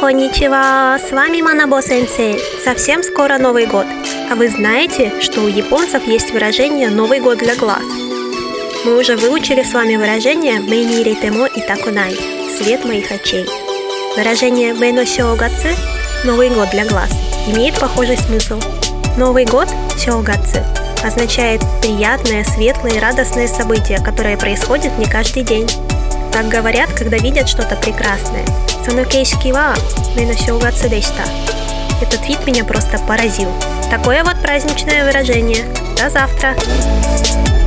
Конничева, с вами Манабо-сенсей. Совсем скоро Новый год. А вы знаете, что у японцев есть выражение «Новый год для глаз»? Мы уже выучили с вами выражение «Мэ ни иретемо итакунай» – «Свет моих очей». Выражение «Мэ но сёгацу» – «Новый год для глаз» имеет похожий смысл. Новый год сёгацу означает приятное, светлое и радостное событие, которое происходит не каждый день. Так говорят, когда видят что-то прекрасное. Санокейшики ва мэ но сёгацу дэшита. Этот вид меня просто поразил. Такое вот праздничное выражение. До завтра!